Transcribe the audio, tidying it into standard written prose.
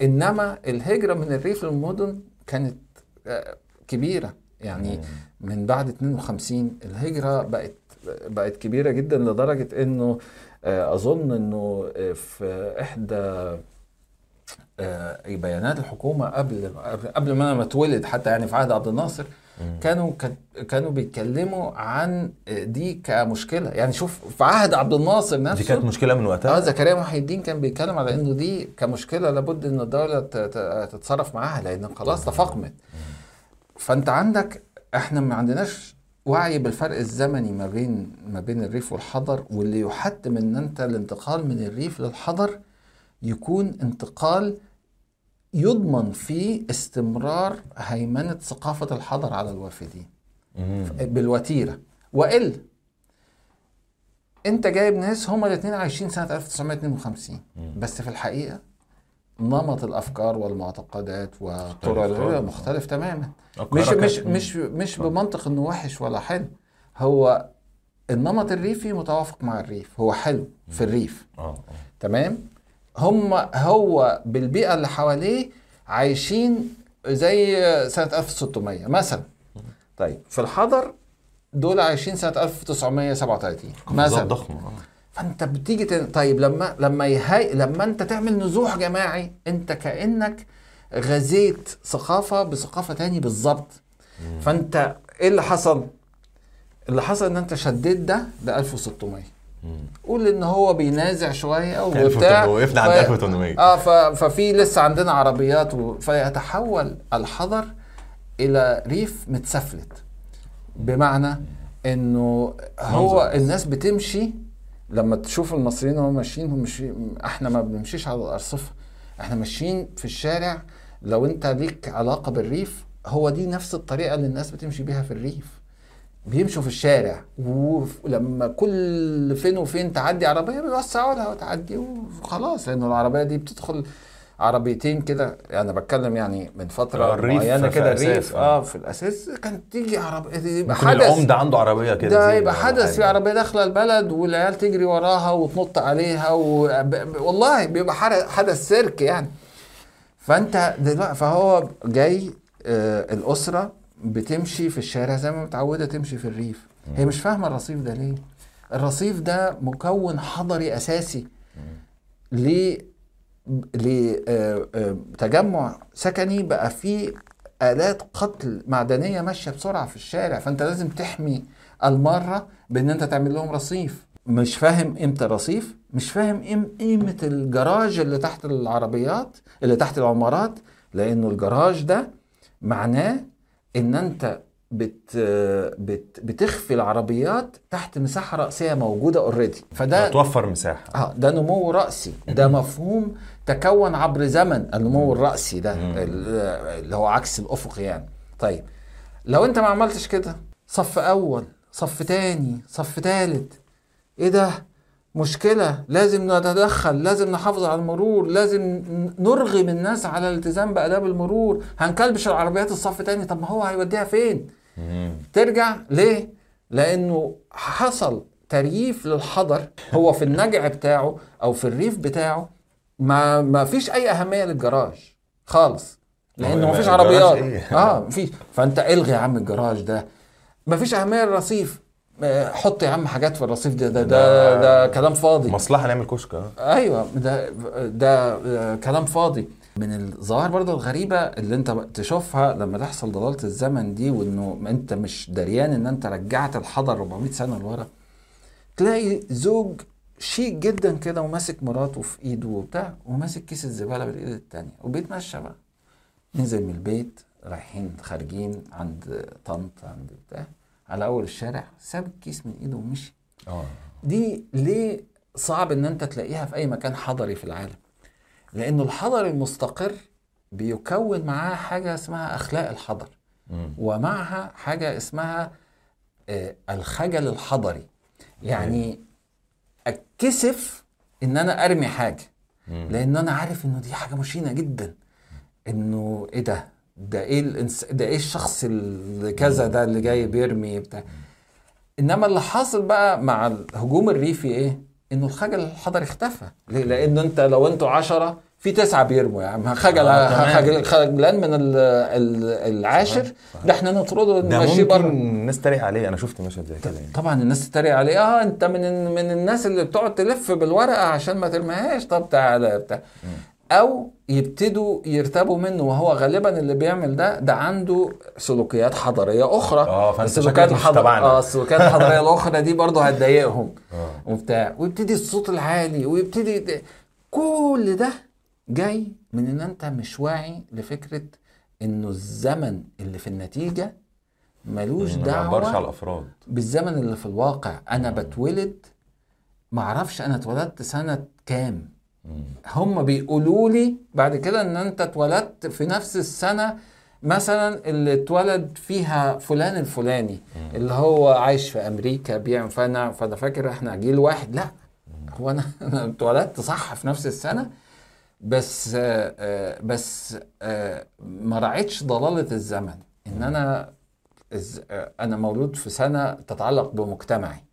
انما الهجرة من الريف للمدن كانت كبيرة يعني. من بعد 52 الهجرة بقت كبيرة جدا، لدرجة انه اظن انه في احدى بيانات الحكومة قبل ما انا اتولد حتى، يعني في عهد عبد الناصر كانوا بيتكلموا عن دي كمشكلة. يعني شوف في عهد عبد الناصر نفسه دي كانت مشكلة من وقتها. زكريا محي الدين كان بيتكلم على انه دي كمشكلة لابد ان الدولة تتصرف معاها لان خلاص تفاقمت. فانت عندك احنا ما عندناش وعي بالفرق الزمني ما بين الريف والحضر، واللي يحتم ان انت الانتقال من الريف للحضر يكون انتقال يضمن فيه استمرار هيمنة ثقافة الحضر على الوافدين بالوتيرة. وإلا انت جايب ناس هما الاثنين عايشين سنة 1952 بس في الحقيقة نمط الأفكار والمعتقدات والطرق مختلف تماما. مش بمنطق انه وحش ولا حلو، هو النمط الريفي متوافق مع الريف، هو حلو في الريف تمام. هو بالبيئة اللي حواليه عايشين زي سنة 1600 مثلا. طيب في الحضر دول عايشين سنة 1937 مثلا ضخمة. فانت بتيجي طيب لما انت تعمل نزوح جماعي انت كأنك غزيت ثقافة بثقافة تاني بالظبط. فانت ايه اللي حصل؟ اللي حصل ان انت شديت ده ل 1600. قول ان هو بينازع شويه وبتاع وقفنا عند 1800 ففي لسه عندنا عربيات فيتحول الحضر الى ريف متسفلت، بمعنى انه هو الناس بتمشي. لما تشوف المصريين وهم ماشيين احنا ما بنمشيش على الارصفه، احنا ماشيين في الشارع. لو انت ليك علاقه بالريف هو دي نفس الطريقه اللي الناس بتمشي بيها في الريف، بيمشوا في الشارع ولما كل فين وفين تعدي عربية بيوسعوا لها وتعدي وخلاص، لأنه العربية دي بتدخل عربيتين كده. أنا بتكلم يعني من فترة معينة كده الريف في الأساس كانت تيجي عربية يبقى حدث. العمدة عنده عربية كده ده يبقى حدث في عربية داخلة البلد والعيال تجري وراها وتنط عليها والله بيبقى حدث سيرك يعني. فأنت دلوقتي فهو جاي الأسرة بتمشي في الشارع زي ما متعودة تمشي في الريف. هي مش فاهمة الرصيف ده ليه. الرصيف ده مكون حضري أساسي لتجمع سكني بقى فيه آلات قتل معدنية ماشية بسرعة في الشارع، فأنت لازم تحمي المارة بأن أنت تعمل لهم رصيف. مش فاهم قيمة الرصيف، مش فاهم قيمة الجراج اللي تحت العربيات اللي تحت العمارات، لأنه الجراج ده معناه ان انت بتخفي العربيات تحت مساحة رأسية موجودة اوريدي، فده توفر مساحة. ده نمو رأسي، ده مفهوم تكون عبر زمن. النمو الرأسي ده اللي هو عكس الأفق يعني. طيب لو انت ما عملتش كده، صف اول صف تاني صف تالت، ايه ده؟ مشكلة، لازم نتدخل، لازم نحافظ على المرور، لازم نرغم الناس على الالتزام بآداب المرور، هنكلبش العربيات الصف تاني. طب ما هو هيوديها فين؟ ترجع ليه؟ لأنه حصل ترييف للحضر. هو في النجع بتاعه أو في الريف بتاعه ما فيش أي أهمية للجراج خالص، لأنه ما فيش عربيات. مفيش. فأنت إلغي يا عم الجراج ده، ما فيش أهمية للرصيف، حط يا عم حاجات في الرصيف ده كلام فاضي. مصلحة نعمل كشك. ايوه ده كلام فاضي. من الظواهر برضو الغريبة اللي انت تشوفها لما تحصل ضلالة الزمن دي، وانه انت مش دريان ان انت رجعت الحضر 400 سنة لورا. تلاقي زوج شيك جدا كده وماسك مراته في ايده وبتاع، وماسك كيس الزبالة بالايد التانية وبيتمشى بقى، نزل من البيت رايحين خارجين عند طنط عند بتاع، على اول الشارع ساب الكيس من ايده ومشي. دي ليه صعب ان انت تلاقيها في اي مكان حضري في العالم؟ لانه الحضر المستقر بيكون معاه حاجة اسمها اخلاق الحضر، ومعها حاجة اسمها الخجل الحضري. يعني اتكسف ان انا ارمي حاجة، لان انا عارف انه دي حاجة مشينة جدا، انه ايه ده ايه الشخص اللي كذا ده اللي جاي بيرمي بتاع. انما اللي حاصل بقى مع الهجوم الريفي ايه؟ انه الخجل الحضري اختفى. ليه؟ لان انت لو انتوا 10 في 9 بيرموا يا عم، خجلان من العاشر ده احنا نطرده نمشيه بره. الناس تريق عليه، انا شفت مشهد زي كده يعني. طبعا الناس تريق عليه، انت من الناس اللي بتقعد تلف بالورقه عشان ما ترميهاش، طب تعالى بتاع. او يبتدوا يرتبوا منه، وهو غالبا اللي بيعمل ده عنده سلوكيات حضاريه اخرى. السلوكيات الحضاريه الاخرى دي برضه هتضايقهم وبتاع، ويبتدي الصوت العالي، ويبتدي كل ده جاي من ان انت مش واعي لفكره انه الزمن اللي في النتيجه ملوش دعوه على الافراد بالزمن اللي في الواقع. انا بتولد معرفش انا اتولدت سنه كام، هم بيقولوا لي بعد كده ان انت اتولدت في نفس السنة مثلا اللي اتولد فيها فلان الفلاني اللي هو عايش في امريكا بيعمل. فانا فاكر احنا جيل واحد. لا، هو انا اتولدت صح في نفس السنة، بس ما راعيتش ضلالة الزمن ان انا مولود في سنة تتعلق بمجتمعي.